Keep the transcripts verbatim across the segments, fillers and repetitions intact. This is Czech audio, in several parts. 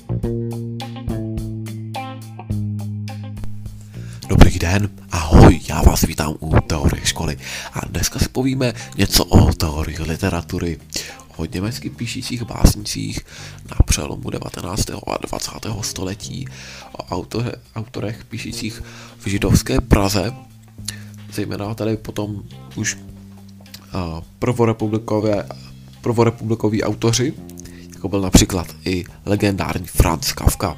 Dobrý den, ahoj, já vás vítám u Teorie školy a dneska si povíme něco o teorii literatury, o německy píšících básnicích na přelomu devatenáctého a dvacátého století, o autore, autorech píšících v židovské Praze, zejména tady potom už uh, prvorepublikové, prvorepublikoví autoři, jako byl například i legendární Franz Kafka.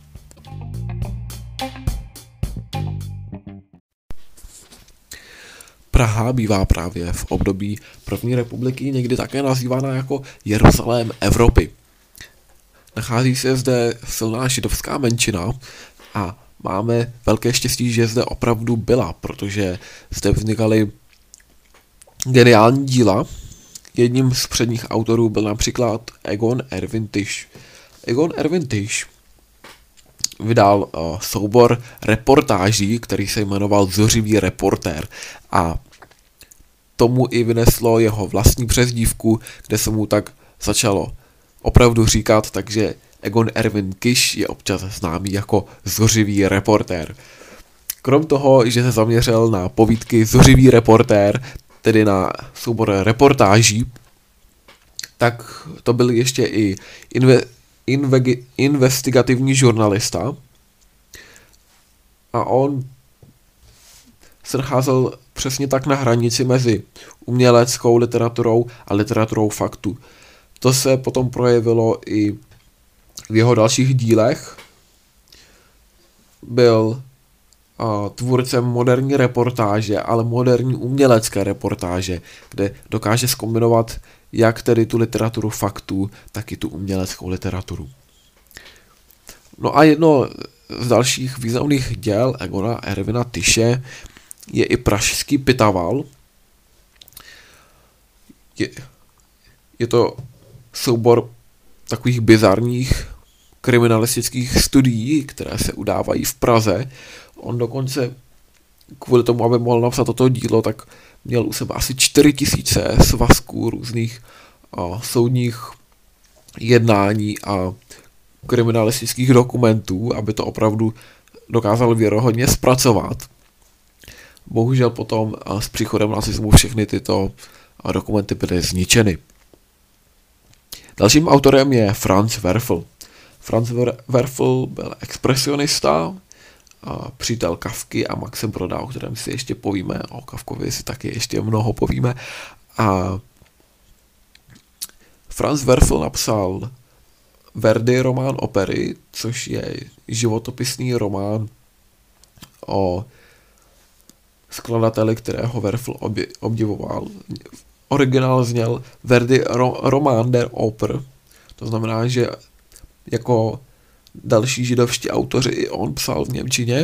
Praha bývá právě v období první republiky někdy také nazývána jako Jeruzalém Evropy. Nachází se zde silná židovská menšina a máme velké štěstí, že zde opravdu byla, protože zde vznikaly geniální díla. Jedním z předních autorů byl například Egon Erwin Tisch. Egon Erwin Tisch vydal uh, soubor reportáží, který se jmenoval Zuřivý reportér a tomu i vyneslo jeho vlastní přezdívku, kde se mu tak začalo opravdu říkat, takže Egon Erwin Tisch je občas známý jako Zuřivý reportér. Krom toho, že se zaměřil na povídky Zuřivý reportér, tedy na soubor reportáží, tak to byl ještě i inve- Inve- investigativní žurnalista a on se nacházel přesně tak na hranici mezi uměleckou literaturou a literaturou faktu. To se potom projevilo i v jeho dalších dílech. Byl a, tvůrcem moderní reportáže, ale moderní umělecké reportáže, kde dokáže zkombinovat jak tedy tu literaturu faktů, tak i tu uměleckou literaturu. No a jedno z dalších významných děl Egona Erwina Tische je i Pražský Pitaval. Je, je to soubor takových bizarních kriminalistických studií, které se udávají v Praze. On dokonce kvůli tomu, aby mohl napsat toto dílo, tak měl u sebe asi čtyři tisíce svazků různých a, soudních jednání a kriminalistických dokumentů, aby to opravdu dokázal věrohodně zpracovat. Bohužel potom a, s příchodem nacismu všechny tyto a, dokumenty byly zničeny. Dalším autorem je Franz Werfel. Franz Werfel byl expresionista, a přítel Kafky a Maxe Broda, o kterém si ještě povíme, o Kafkovi si taky ještě mnoho povíme. A Franz Werfel napsal Verdi román opery, což je životopisný román o skladateli, kterého Werfel obdivoval. Originál zněl Verdi román der Oper, to znamená, že jako další židovští autoři i on psal v němčině.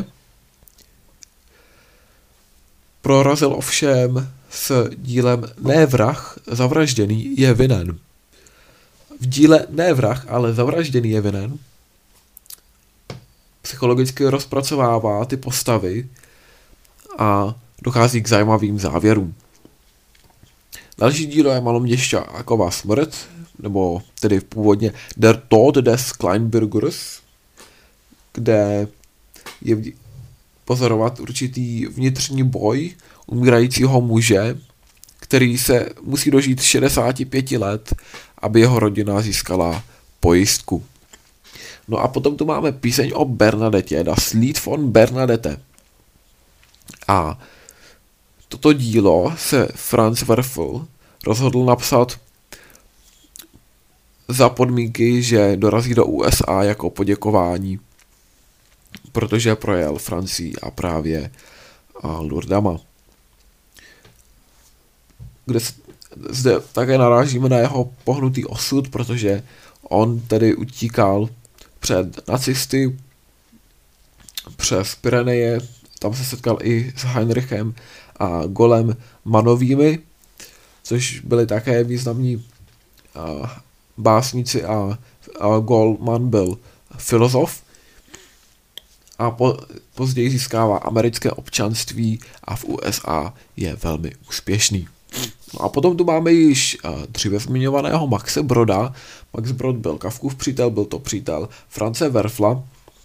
Prorazil ovšem s dílem Ne vrah, zavražděný je vinen. V díle Ne vrah, ale zavražděný je vinen psychologicky rozpracovává ty postavy a dochází k zajímavým závěrům. Další dílo je Maloměšťákova smrt, nebo tedy původně Der Tod des Kleinbürgers, kde je pozorovat určitý vnitřní boj umírajícího muže, který se musí dožít šedesáti pěti let, aby jeho rodina získala pojistku. No a potom tu máme píseň o Bernadette, Das Lied von Bernadette. A toto dílo se Franz Werfel rozhodl napsat za podmínky, že dorazí do U S A jako poděkování, protože projel Francii a právě Lourdama. Kde zde také narážíme na jeho pohnutý osud, protože on tedy utíkal před nacisty přes Pyreneje, tam se setkal i s Heinrichem a Golem Manovými, což byli také významní básníci a, a Goldman byl filozof a po, později získává americké občanství a v U S A je velmi úspěšný. No a potom tu máme již dříve zmiňovaného Maxe Broda. Max Brod byl Kafkův přítel, byl to přítel France Werfla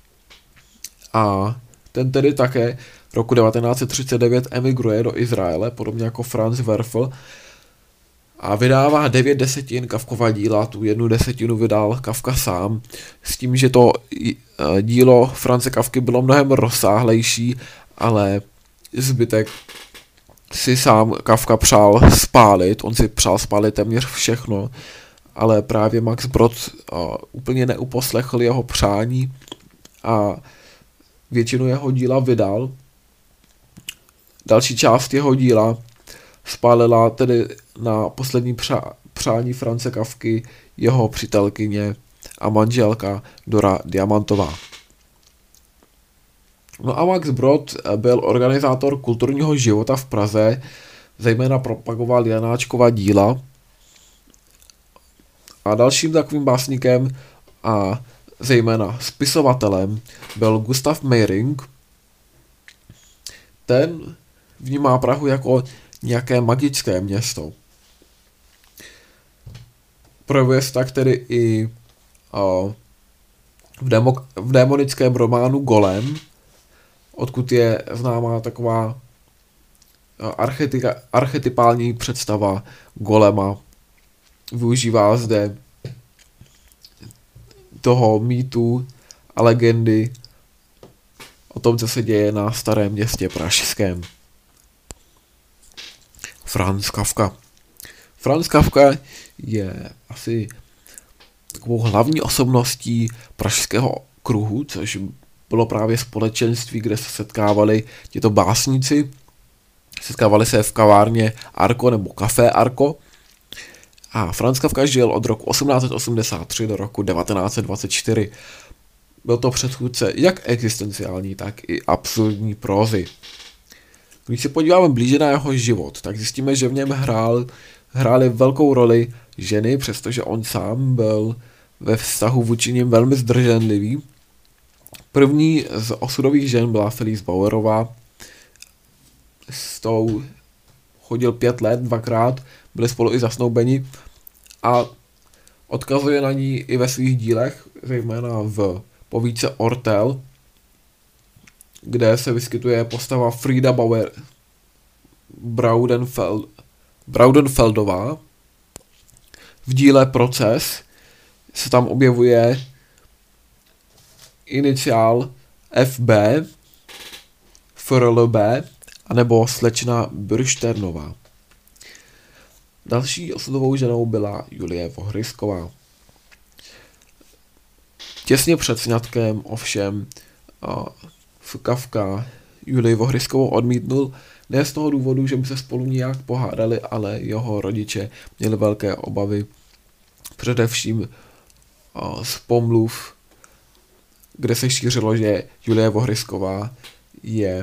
a ten tedy také roku devatenáct set třicet devět emigruje do Izraele, podobně jako Franz Werfel, a vydává devět desetin Kafkova díla, tu jednu desetinu vydal Kafka sám, s tím, že to dílo France Kafky bylo mnohem rozsáhlejší, ale zbytek si sám Kafka přál spálit, on si přál spálit téměř všechno, ale právě Max Brod uh, úplně neuposlechl jeho přání a většinu jeho díla vydal. Další část jeho díla spálila tedy na poslední přá- přání France Kafky jeho přítelkyně a manželka Dora Diamantová. No a Max Brod byl organizátor kulturního života v Praze, zejména propagoval Janáčkova díla. A dalším takovým básníkem a zejména spisovatelem byl Gustav Meyring. Ten vnímá Prahu jako nějaké magické město. Projevuje se tak tedy i uh, v, demo- v démonickém románu Golem, odkud je známá taková archety- archetypální představa golema. Využívá zde toho mýtu a legendy o tom, co se děje na starém městě pražském. Franz Kafka. Franz Kafka je asi takovou hlavní osobností pražského kruhu, což bylo právě společenství, kde se setkávali tito básníci. Setkávali se v kavárně Arko nebo Café Arko. A Franz Kafka žil od roku osmnáct set osmdesát tři do roku devatenáct set dvacet čtyři. Byl to předchůdce jak existenciální, tak i absurdní prózy. Když se podíváme blíže na jeho život, tak zjistíme, že v něm hrál, hrály velkou roli ženy, přestože on sám byl ve vztahu vůči nim velmi zdrženlivý. První z osudových žen byla Felice Bauerová. S tou chodil pět let, dvakrát, byli spolu i zasnoubeni a odkazuje na ní i ve svých dílech, zejména v povídce Ortel, kde se vyskytuje postava Frida Bauer Braudenfeld, Braudenfeldová. V díle Proces se tam objevuje iniciál F B, F R L B, anebo slečna Büršternová. Další osudovou ženou byla Julie Vohrysková. Těsně před sňatkem ovšem v Kafka Julii Vohryskovou odmítnul, ne z toho důvodu, že by se spolu nějak pohádali, ale jeho rodiče měli velké obavy, především z pomluv, kde se šířilo, že Julie Vohrysková je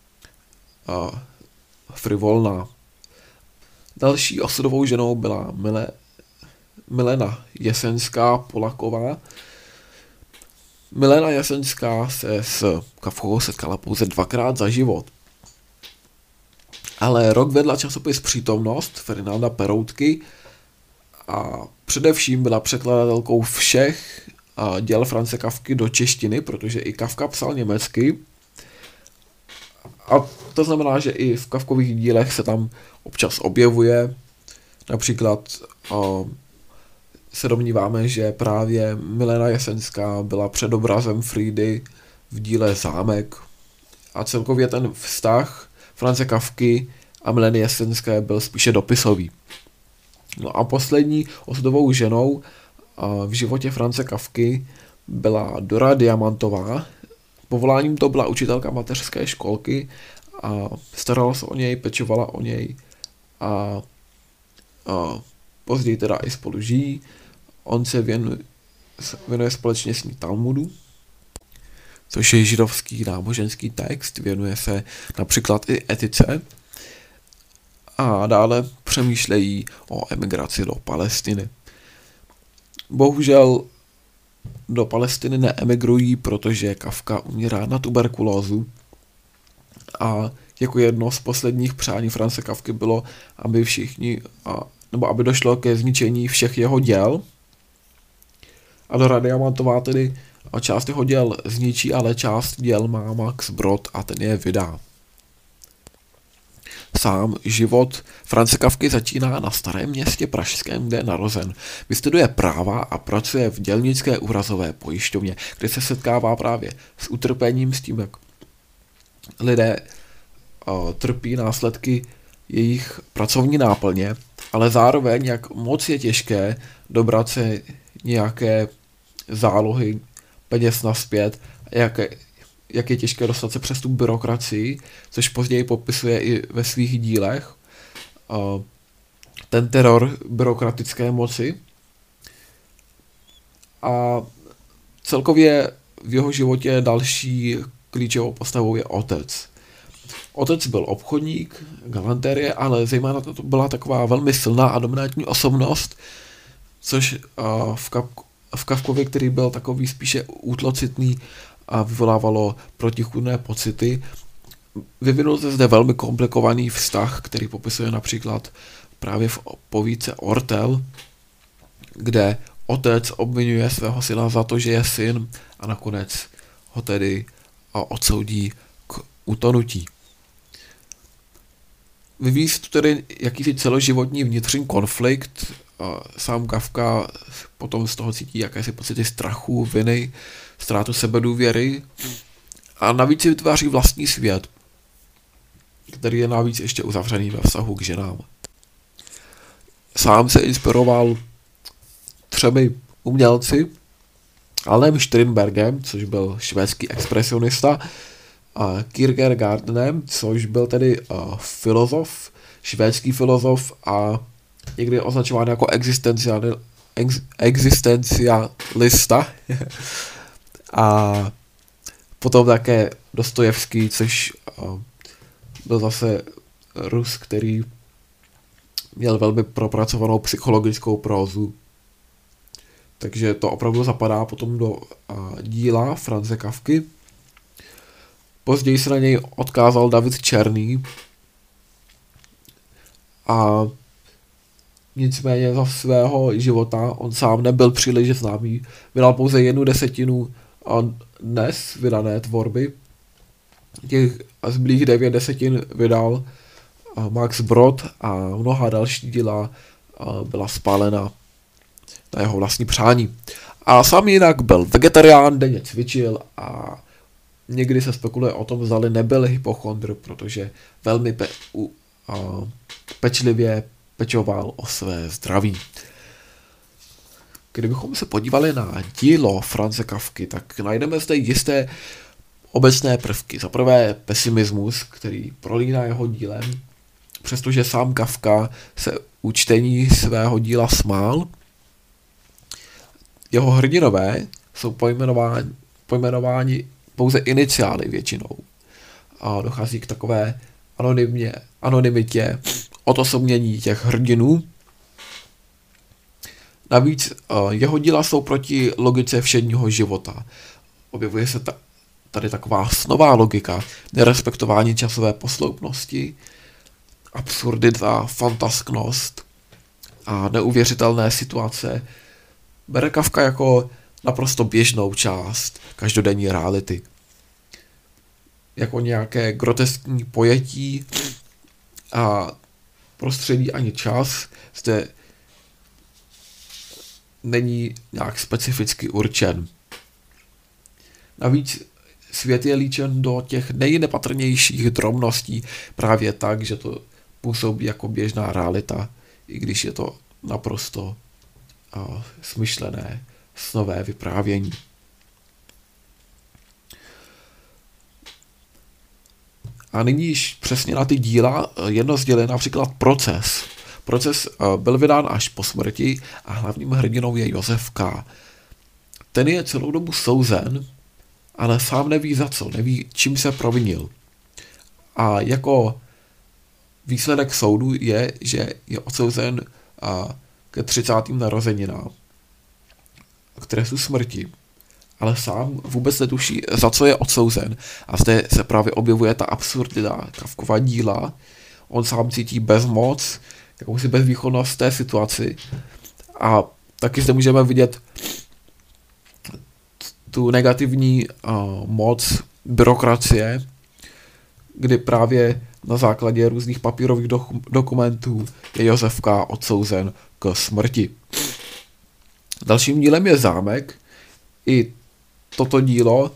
frivolná. Další osudovou ženou byla Mile, Milena Jesenská Polaková. Milena Jesenská se s Kafkou setkala pouze dvakrát za život. Ale rok vedla časopis Přítomnost Ferdinanda Peroutky a především byla překladatelkou všech děl Franze Kafky do češtiny, protože i Kafka psal německy. A to znamená, že i v Kafkových dílech se tam občas objevuje. Například o, se domníváme, že právě Milena Jesenská byla předobrazem Fridy v díle Zámek. A celkově ten vztah Franze Kafky a Mileny Jesenské byl spíše dopisový. No a poslední osudovou ženou v životě Franze Kafky byla Dora Diamantová. Povoláním to byla učitelka mateřské školky a starala se o něj, pečovala o něj a, a později teda i spolu žijí. On se věnuje, věnuje společně s ní Talmudu, což je židovský náboženský text, věnuje se například i etice a dále přemýšlejí o emigraci do Palestiny. Bohužel do Palestiny neemigrují, protože Kafka umírá na tuberkulózu a jako jedno z posledních přání Franze Kafky bylo, aby všichni, a, nebo aby došlo ke zničení všech jeho děl. A do Radiamantová tedy část jeho děl zničí, ale část děl má Max Brod a ten je vydá. Sám život Franze Kafky začíná na Starém Městě pražském, kde je narozen. Vystuduje práva a pracuje v dělnické úrazové pojišťovně, kde se setkává právě s utrpením, s tím, jak lidé uh, trpí následky jejich pracovní náplně, ale zároveň, jak moc je těžké dobrat se nějaké zálohy peněz naspět, jak, jak je těžké dostat se přes tu byrokracii, což později popisuje i ve svých dílech. Uh, ten teror byrokratické moci. A celkově v jeho životě další klíčovou postavou je otec. Otec byl obchodník, galantérie, ale zejména to byla taková velmi silná a dominantní osobnost, což uh, v, Kaf- v Kafkovi, který byl takový spíše útlocitný a vyvolávalo protichůdné pocity, vyvinul se zde velmi komplikovaný vztah, který popisuje například právě v povídce Ortel, kde otec obvinuje svého syna za to, že je syn a nakonec ho tedy odsoudí k utonutí. Vyvíjí se tu tedy jakýsi celoživotní vnitřní konflikt. Sám Kafka potom z toho cítí jakési pocity strachu, viny, ztrátu sebedůvěry a navíc si vytváří vlastní svět, který je navíc ještě uzavřený ve vztahu k ženám. Sám se inspiroval třemi umělci, Alem Strindbergem, což byl švédský expresionista, a Kierkegaardem, což byl tedy uh, filozof, švédský filozof a někdy označován jako existenciali, ex, existencialista. A potom také Dostojevský, což uh, byl zase Rus, který měl velmi propracovanou psychologickou prózu. Takže to opravdu zapadá potom do uh, díla Franze Kafky. Později se na něj odkázal David Černý a nicméně za svého života on sám nebyl příliš známý. Vydal pouze jednu desetinu dnes vydané tvorby. Těch zbylých devět desetin vydal Max Brod a mnoha další díla byla spálena na jeho vlastní přání. A sám jinak byl vegetarián, denně cvičil a někdy se spekuluje o tom, zdali nebyl hypochondr, protože velmi pe- u, a, pečlivě pečoval o své zdraví. Kdybychom se podívali na dílo Franze Kafky, tak najdeme zde jisté obecné prvky. Za prvé pesimismus, který prolíná jeho dílem, přestože sám Kafka se u čtení svého díla smál. Jeho hrdinové jsou pojmenováni, pojmenováni pouze iniciály většinou. A dochází k takové anonymně, anonymitě odosobnění těch hrdinů. Navíc jeho díla jsou proti logice všedního života. Objevuje se ta, tady taková snová logika, nerespektování časové posloupnosti, absurdita, fantasknost a neuvěřitelné situace bere Kafka jako naprosto běžnou část každodenní reality. Jako nějaké groteskní pojetí a prostředí ani čas zde není nějak specificky určen. Navíc svět je líčen do těch nejnepatrnějších drobností právě tak, že to působí jako běžná realita, i když je to naprosto uh, smyšlené snové vyprávění. A nyní již přesně na ty díla, jedno z díl je například Proces. Proces byl vydán až po smrti a hlavním hrdinou je Josef K. Ten je celou dobu souzen, ale sám neví za co, neví, čím se provinil. A jako výsledek soudu je, že je odsouzen ke třicátým narozeninám, k trestu smrti. ale sám vůbec netuší, za co je odsouzen. A zde se právě objevuje ta absurdita Kafkova díla. On sám cítí bezmoc, jakousi bezvýchodnost v té situaci. A taky zde můžeme vidět tu negativní uh, moc byrokracie, kdy právě na základě různých papírových do- dokumentů je Josef K. odsouzen k smrti. Dalším dílem je Zámek. I toto dílo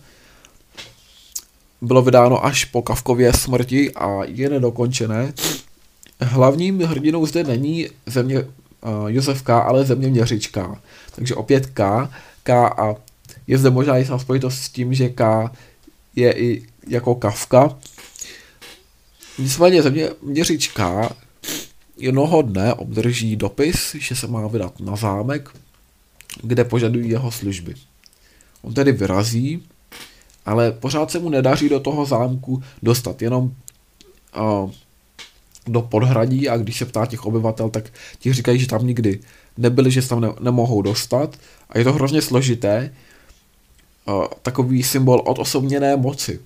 bylo vydáno až po Kafkově smrti a je nedokončené. Hlavním hrdinou zde není země, uh, Josef K., ale zeměměřička. Takže opět K. K. a je zde možná jistá spojitost s tím, že K. je i jako Kafka. Nicméně zeměměřička jednoho dne obdrží dopis, že se má vydat na zámek, kde požadují jeho služby. On tedy vyrazí, ale pořád se mu nedaří do toho zámku dostat, jenom uh, do podhradí, a když se ptá těch obyvatel, tak ti říkají, že tam nikdy nebyli, že se tam ne- nemohou dostat a je to hrozně složité, uh, takový symbol odosobněné moci.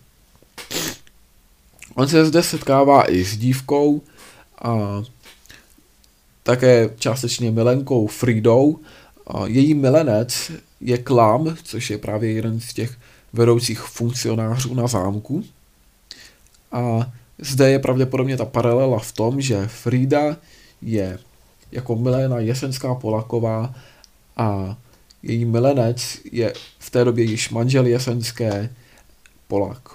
On se zde setkává i s dívkou a také částečně milenkou Frídou. A její milenec je Klam, což je právě jeden z těch vedoucích funkcionářů na zámku. A zde je pravděpodobně ta paralela v tom, že Frida je jako Milena Jesenská Polaková a její milenec je v té době již manžel Jesenské Polák.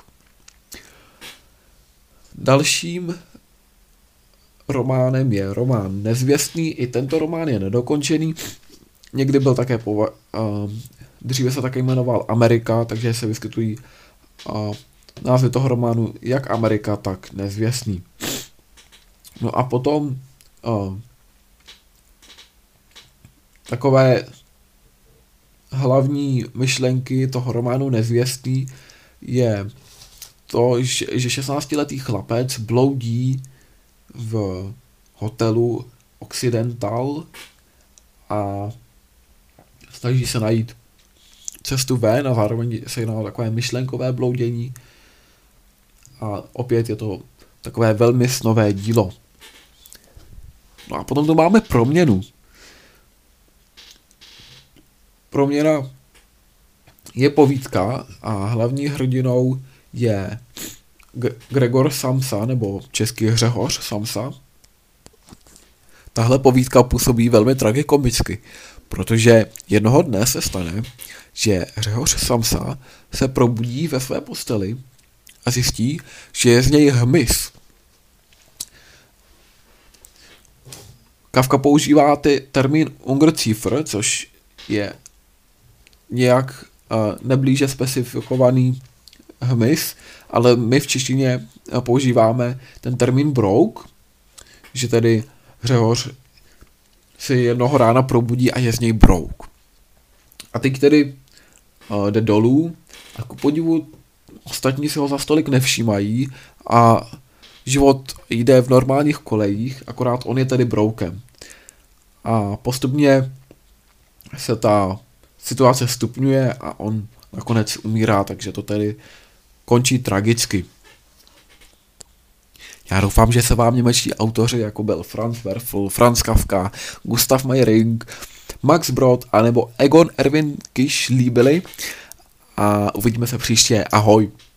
Dalším románem je román Nezvěstný. I tento román je nedokončený. Někdy byl také pova- uh, dříve se také jmenoval Amerika, takže se vyskytují uh, názvy toho románu jak Amerika, tak Nezvěstný. No a potom uh, takové hlavní myšlenky toho románu Nezvěstný je to, že šestnáctiletý chlapec bloudí v hotelu Occidental a snaží se najít cestu ven a zároveň se jedná o takové myšlenkové bloudění a opět je to takové velmi snové dílo. No a potom tu máme Proměnu. Proměna je povídka a hlavní hrdinou je G- Gregor Samsa, nebo český Řehoř Samsa. Tahle povídka působí velmi tragikomicky, protože jednoho dne se stane, že Řehoř Samsa se probudí ve své posteli a zjistí, že je z něj hmyz. Kafka používá ty termín Ungeziefer, což je nějak uh, neblíže specifikovaný hmyz, ale my v češtině používáme ten termín brouk, že tedy Řehoř si jednoho rána probudí a je z něj brouk. A teď tedy uh, jde dolů a ku podivu ostatní si ho za stolik nevšímají a život jde v normálních kolejích, akorát on je tedy broukem. A postupně se ta situace stupňuje a on nakonec umírá, takže to tedy končí tragicky. Já doufám, že se vám němečtí autoři, jako byl Franz Werfel, Franz Kafka, Gustav Meyrink, Max Brod anebo Egon Erwin Kisch líbili a uvidíme se příště. Ahoj.